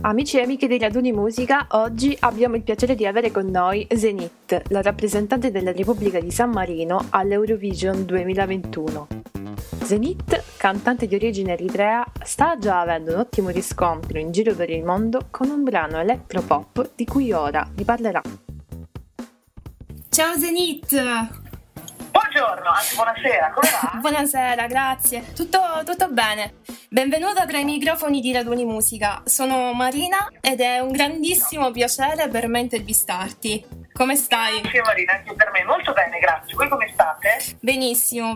Amici e amiche di Raduni Musica, oggi abbiamo il piacere di avere con noi Zenith, la rappresentante della Repubblica di San Marino all'Eurovision 2021. Zenith, cantante di origine eritrea, sta già avendo un ottimo riscontro in giro per il mondo con un brano elettropop di cui ora vi parlerà. Ciao Zenith! Buongiorno, anzi buonasera, come va? Buonasera, grazie. Tutto bene. Benvenuta tra i microfoni di Raduni Musica. Sono Marina ed è un grandissimo piacere per me intervistarti. Come stai? Sì Marina, anche per me. Molto bene, grazie. Voi come state? Benissimo.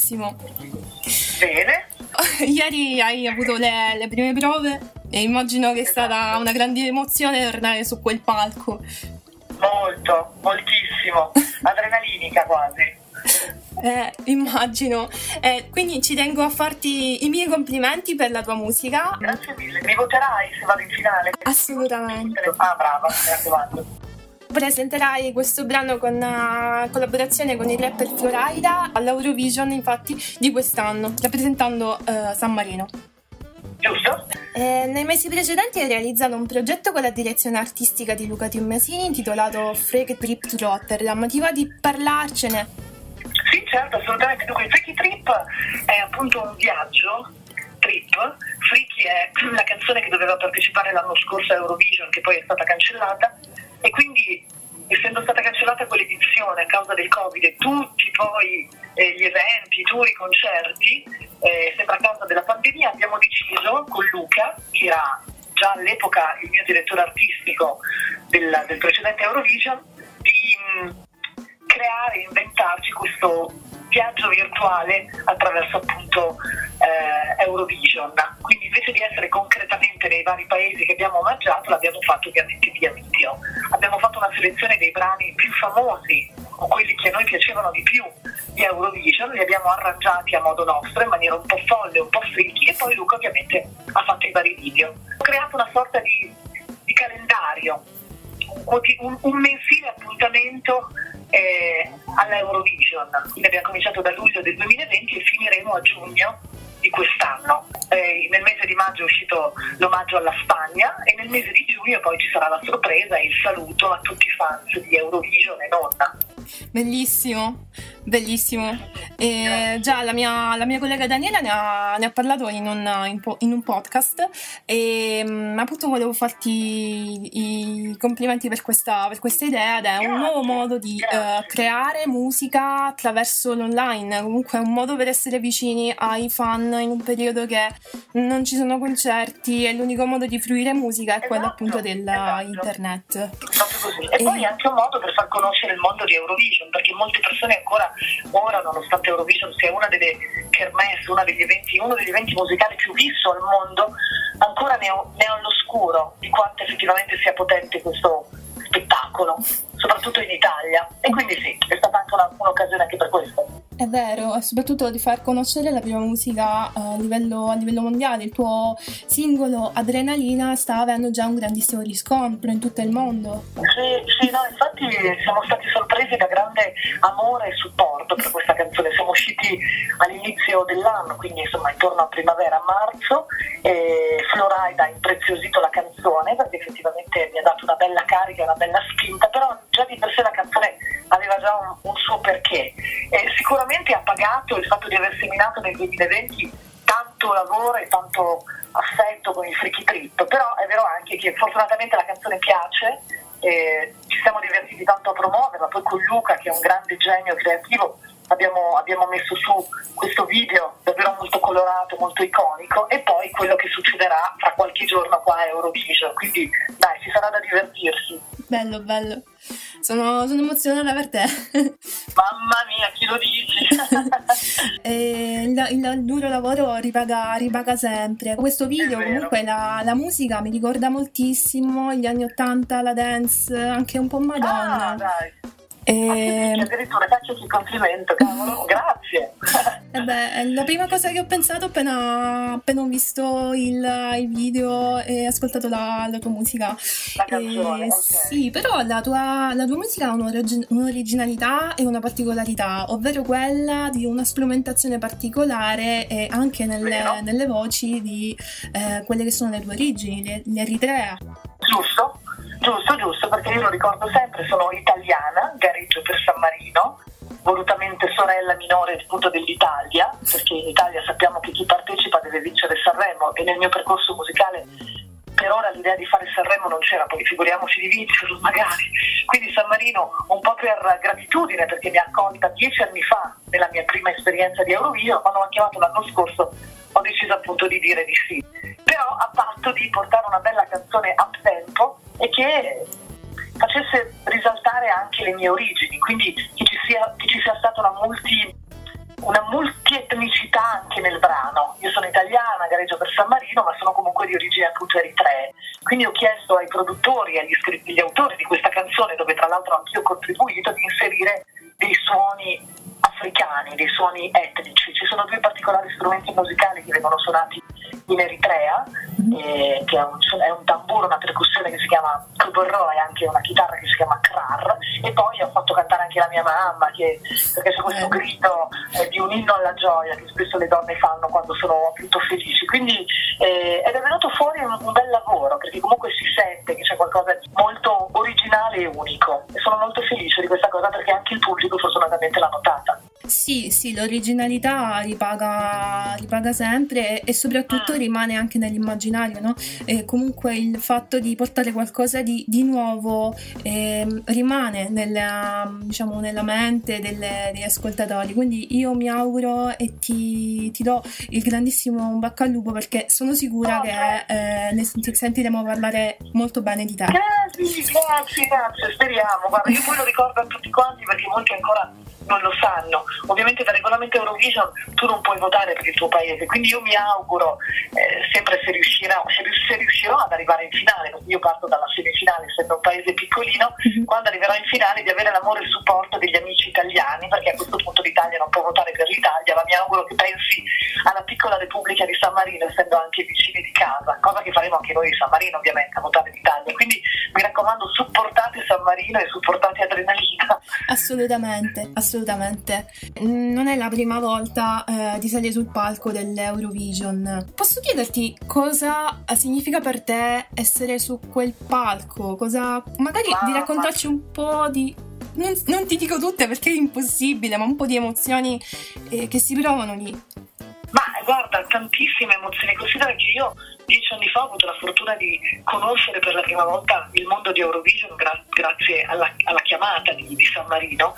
Bene. Ieri hai avuto le prime prove e immagino che è stata una grande emozione tornare su quel palco. Moltissimo. Adrenalinica quasi. Immagino. Quindi ci tengo a farti i miei complimenti per la tua musica. Grazie mille. Mi voterai se vado in finale? Assolutamente. Ah, brava, mi raccomando. Presenterai questo brano con collaborazione con il rapper Florida all'Eurovision, infatti, di quest'anno, rappresentando San Marino. Giusto? Nei mesi precedenti hai realizzato un progetto con la direzione artistica di Luca Timmasini intitolato Freaky Trip to Rotterdam. Ti va di parlarcene? Sì, certo, assolutamente. Dunque, Freaky Trip è appunto un viaggio. Trip. Freaky è la canzone che doveva partecipare l'anno scorso a Eurovision, che poi è stata cancellata, e quindi, essendo stata cancellata quell'edizione a causa del Covid e tutti poi gli eventi, i tour, i concerti, sempre a causa della pandemia, abbiamo deciso con Luca, che era già all'epoca il mio direttore artistico del precedente Eurovision, di creare, inventarci questo viaggio virtuale attraverso appunto Eurovision. Quindi invece di essere concretamente nei vari paesi che abbiamo omaggiato, l'abbiamo fatto ovviamente via video. Abbiamo fatto una selezione dei brani più famosi o quelli che a noi piacevano di più di Eurovision, li abbiamo arrangiati a modo nostro in maniera un po' folle, un po' freaky, e poi Luca ovviamente ha fatto i vari video. Ho creato una sorta di calendario, un mensile appuntamento alla Eurovision. Quindi abbiamo cominciato da luglio del 2020 e finiremo a giugno di quest'anno. Nel mese di maggio è uscito l'omaggio alla Spagna e nel mese di giugno poi ci sarà la sorpresa e il saluto a tutti i fans di Eurovision e non. Bellissimo. E già la mia collega Daniela ne ha parlato in un podcast e appunto volevo farti i complimenti per questa idea, ed è un nuovo modo di creare musica attraverso l'online. Comunque è un modo per essere vicini ai fan in un periodo che non ci sono concerti e l'unico modo di fruire musica è quello appunto dell'internet. Proprio così. E poi è anche un modo per far conoscere il mondo di Eurovision, perché molte persone ancora ora, nonostante Eurovision sia una delle kermesse, uno degli eventi musicali più visto al mondo, ancora ne è all'oscuro di quanto effettivamente sia potente questo spettacolo, soprattutto in Italia. E quindi sì, è stata anche un'occasione anche per questo. È vero, e soprattutto di far conoscere la prima musica a livello mondiale. Il tuo singolo Adrenalina sta avendo già un grandissimo riscontro in tutto il mondo. Sì, no, infatti siamo stati sorpresi da grande amore e supporto per questa canzone. Siamo usciti all'inizio dell'anno, quindi insomma intorno a primavera, a marzo, e Florida ha impreziosito la canzone perché effettivamente mi ha dato una bella carica, una bella spinta, però già di per sé la canzone aveva già un suo perché. Sicuramente ha pagato il fatto di aver seminato nel 2020 tanto lavoro e tanto affetto con il Freaky Trip, però è vero anche che fortunatamente la canzone piace, ci siamo divertiti tanto a promuoverla. Poi con Luca, che è un grande genio creativo, abbiamo messo su questo video davvero molto colorato, molto iconico, e poi quello che succederà fra qualche giorno qua a Eurovision, quindi dai, ci sarà da divertirsi. Bello. Sono emozionata per te. Mamma mia, chi lo dici? E il duro lavoro ripaga sempre. Questo video, comunque, la musica mi ricorda moltissimo gli anni '80, la dance, anche un po' Madonna. Ah, dai. Addirittura faccio il complimento, cavolo, grazie. La prima cosa che ho pensato appena ho visto il video e ascoltato la tua musica. La canzone, okay. Sì, però la tua musica ha un'originalità e una particolarità, ovvero quella di una strumentazione particolare anche nelle voci di quelle che sono le tue origini, l'Eritrea. Giusto, perché io lo ricordo sempre, sono italiana, gareggio per San Marino, volutamente sorella minore appunto dell'Italia, perché in Italia sappiamo che chi partecipa deve vincere Sanremo, e nel mio percorso musicale per ora l'idea di fare Sanremo non c'era, poi figuriamoci di vincerlo magari. Quindi San Marino, un po' per gratitudine, perché mi ha accolta 10 anni fa nella mia prima esperienza di Eurovision, quando mi ha chiamato l'anno scorso ho deciso appunto di dire di sì, però a patto di portare una bella canzone up tempo e che facesse risaltare anche le mie origini, quindi che ci sia stata una multietnicità anche nel brano. Io sono italiana, gareggio per San Marino, ma sono comunque di origini appunto eritree, quindi ho chiesto ai produttori e agli autori di questa canzone, dove tra l'altro anch'io ho contribuito, di inserire dei suoni africani, dei suoni etnici. Ci sono 2 particolari strumenti musicali che vengono suonati in Eritrea, che è un tamburo, una percussione che si chiama kuborro e anche una chitarra che si chiama krar, e poi ho fatto cantare anche la mia mamma, perché c'è questo grido di un inno alla gioia che spesso le donne fanno quando sono appunto felici, quindi ed è venuto fuori un bel lavoro, perché comunque si sente che c'è qualcosa di molto originale e unico, e sono molto felice di questa cosa perché anche il pubblico fortunatamente l'ha notata. Sì, l'originalità ripaga sempre e soprattutto rimane anche nell'immaginario, no? Comunque il fatto di portare qualcosa di nuovo rimane nella mente degli ascoltatori, quindi io mi auguro e ti do il grandissimo bocca al lupo, perché sono sicura che ne sentiremo parlare molto bene di te. Grazie, speriamo. Guarda, io poi lo ricordo a tutti quanti perché molti ancora non lo sanno. Ovviamente dal regolamento Eurovision tu non puoi votare per il tuo paese, quindi io mi auguro sempre se riuscirò ad arrivare in finale, perché io parto dalla semifinale essendo un paese piccolino, quando arriverò in finale di avere l'amore e il supporto degli amici italiani, perché a questo punto l'Italia non può votare per l'Italia, ma mi auguro che pensi alla piccola Repubblica di San Marino, essendo anche vicini di casa, cosa che faremo anche noi di San Marino ovviamente, a votare l'Italia. Quindi mi raccomando, supportate San Marino e supportate Adrenalina. Assolutamente. Non è la prima volta di salire sul palco dell'Eurovision. Posso chiederti cosa significa per te essere su quel palco? Magari di raccontarci un po' di... Non ti dico tutte perché è impossibile, ma un po' di emozioni che si provano lì. Ma guarda, tantissime emozioni. Considera che io 10 anni fa ho avuto la fortuna di conoscere per la prima volta il mondo di Eurovision grazie alla chiamata di San Marino,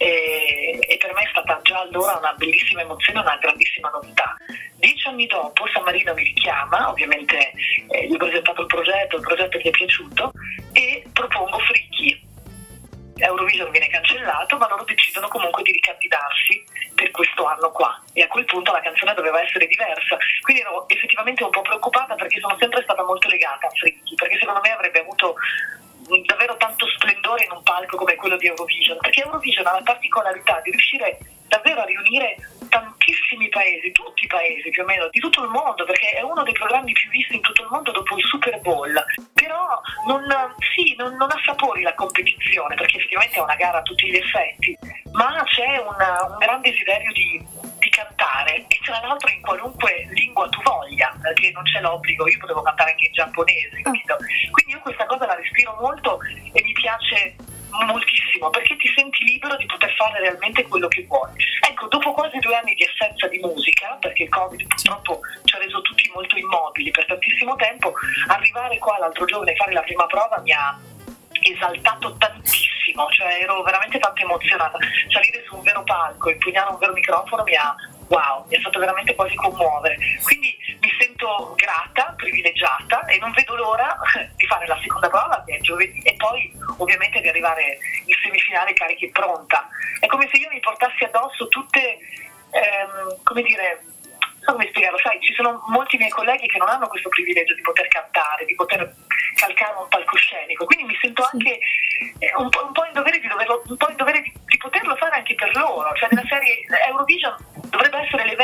e per me è stata già allora una bellissima emozione, una grandissima novità. 10 anni dopo San Marino mi richiama, ovviamente gli ho presentato il progetto gli è piaciuto e propongo Fricchi. Eurovision viene cancellato, ma loro decidono comunque di ricandidarsi per questo anno qua, e a quel punto la canzone doveva essere diversa, quindi ero effettivamente un po' preoccupata, perché sono sempre stata molto legata a Fricchi, perché secondo me avrebbe avuto davvero tanto splendore in un palco come quello di Eurovision, perché Eurovision ha la particolarità di riuscire davvero a riunire tantissimi paesi, tutti i paesi più o meno di tutto il mondo, perché è uno dei programmi più visti in tutto il mondo dopo il Super Bowl, però non assapori la competizione, perché effettivamente è una gara a tutti gli effetti, ma c'è un gran desiderio di cantare, e tra l'altro in qualunque lingua tu voglia, perché non c'è l'obbligo. Io potevo cantare anche in giapponese, capito? Quindi io questa cosa la respiro molto e mi piace moltissimo, perché ti senti libero di poter fare realmente quello che vuoi. Ecco, dopo quasi 2 anni di assenza di musica, perché il Covid purtroppo ci ha reso tutti molto immobili per tantissimo tempo, arrivare qua l'altro giorno e fare la prima prova mi ha esaltato tantissimo, cioè ero veramente tanto emozionata. Salire su un vero palco, impugnare un vero microfono mi ha fatto veramente quasi commuovere, quindi mi sento grata, privilegiata, e non vedo l'ora di fare la seconda prova, che è giovedì, e poi ovviamente di arrivare in semifinale carica e pronta. È come se io mi portassi addosso tutte, come dire, non so come spiegarlo, sai, ci sono molti miei colleghi che non hanno questo privilegio di poter cantare, di poter calcare un palcoscenico, quindi mi sento anche un po' in dovere di poterlo fare anche per loro, cioè nella serie Eurovision dovrebbe essere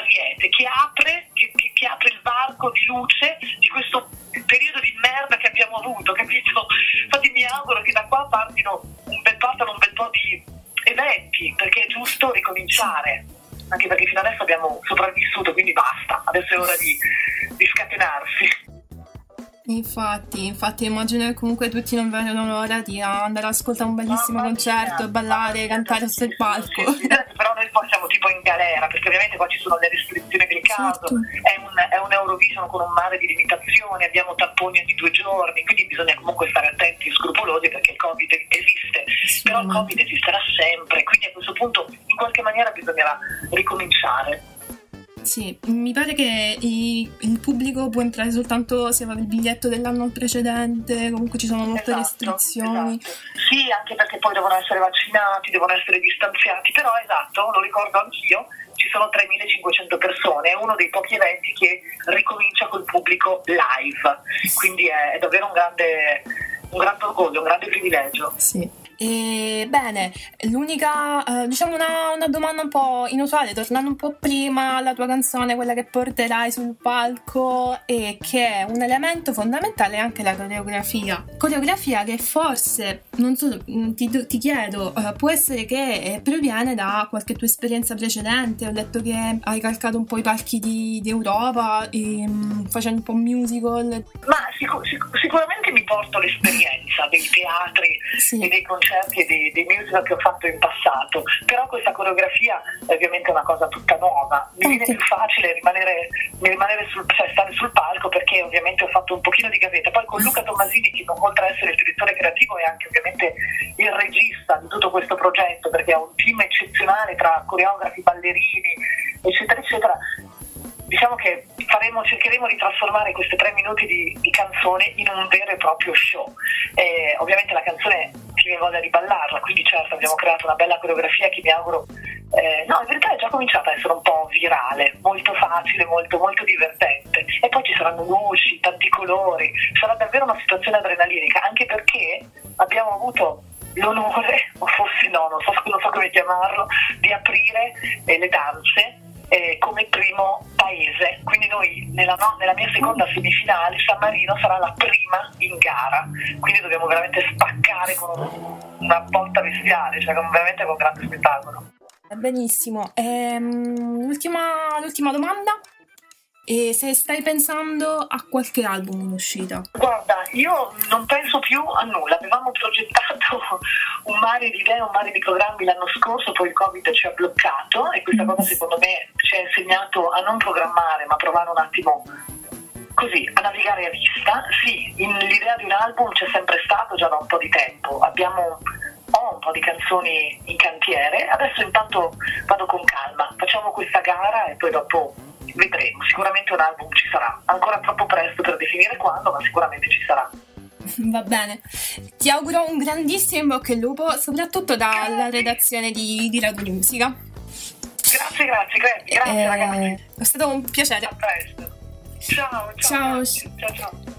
l'ariete, che apre il varco di luce di questo periodo di merda che abbiamo avuto, capito? Infatti mi auguro che da qua partano un bel po' di eventi, perché è giusto ricominciare, anche perché fino adesso abbiamo sopravvissuto, quindi basta, adesso è ora di scatenarsi. Infatti immagino che comunque tutti non vedono l'ora di andare ad ascoltare un bellissimo concerto, ballare, cantare sul palco. Sì, però noi qua siamo tipo in galera, perché ovviamente qua ci sono le restrizioni del caso, certo. È un Eurovision con un mare di limitazioni, abbiamo tamponi ogni 2 giorni, quindi bisogna comunque stare attenti e scrupolosi, perché il Covid esiste, però il Covid esisterà sempre, quindi a questo punto in qualche maniera bisognerà ricominciare. Sì, mi pare che il pubblico può entrare soltanto se aveva il biglietto dell'anno precedente, comunque ci sono molte restrizioni. Esatto. Sì, anche perché poi devono essere vaccinati, devono essere distanziati, però esatto, lo ricordo anch'io, ci sono 3.500 persone, è uno dei pochi eventi che ricomincia col pubblico live, quindi è davvero un grande orgoglio, un grande privilegio. Sì. E bene, l'unica diciamo una domanda un po' inusuale, tornando un po' prima alla tua canzone, quella che porterai sul palco, e che è un elemento fondamentale anche la coreografia che forse, non so, ti chiedo, può essere che proviene da qualche tua esperienza precedente. Ho letto che hai calcato un po' i palchi di Europa facendo un po' musical. Ma sicuramente mi porto l'esperienza dei teatri, sì, e dei concerti e dei musical che ho fatto in passato, però questa coreografia è ovviamente una cosa tutta nuova. Mi viene più facile rimanere stare sul palco, perché ovviamente ho fatto un pochino di gavetta. Poi con Luca Tommasini, che oltre a essere il direttore creativo è anche ovviamente il regista di tutto questo progetto, perché ha un team eccezionale tra coreografi, ballerini, eccetera eccetera. Diciamo che cercheremo di trasformare questi 3 minuti di canzone in un vero e proprio show. Ovviamente la canzone ti viene voglia di ballarla, quindi certo abbiamo creato una bella coreografia che mi auguro, no, in verità è già cominciata a essere un po' virale, molto facile, molto molto divertente, e poi ci saranno luci, tanti colori, sarà davvero una situazione adrenalinica, anche perché abbiamo avuto l'onore, o forse no, non so come chiamarlo, di aprire le danze come primo paese, quindi noi nella mia seconda semifinale San Marino sarà la prima in gara, quindi dobbiamo veramente spaccare con una botta bestiale, cioè veramente con un grande spettacolo. Benissimo, l'ultima domanda. E se stai pensando a qualche album in uscita? Guarda, io non penso più a nulla. Avevamo progettato un mare di idee, un mare di programmi l'anno scorso, poi il Covid ci ha bloccato, e questa cosa secondo me ci ha insegnato a non programmare, ma provare un attimo così a navigare a vista. Sì, l'idea di un album c'è sempre stato già da un po' di tempo. Ho un po' di canzoni in cantiere, adesso intanto vado con calma, facciamo questa gara e poi dopo vedremo. Sicuramente un album ci sarà, ancora troppo presto per definire quando, ma sicuramente ci sarà. Va bene, ti auguro un grandissimo in bocca al lupo, soprattutto dalla redazione di Radio Musica. Grazie ragazzi. È stato un piacere. A presto. Ciao.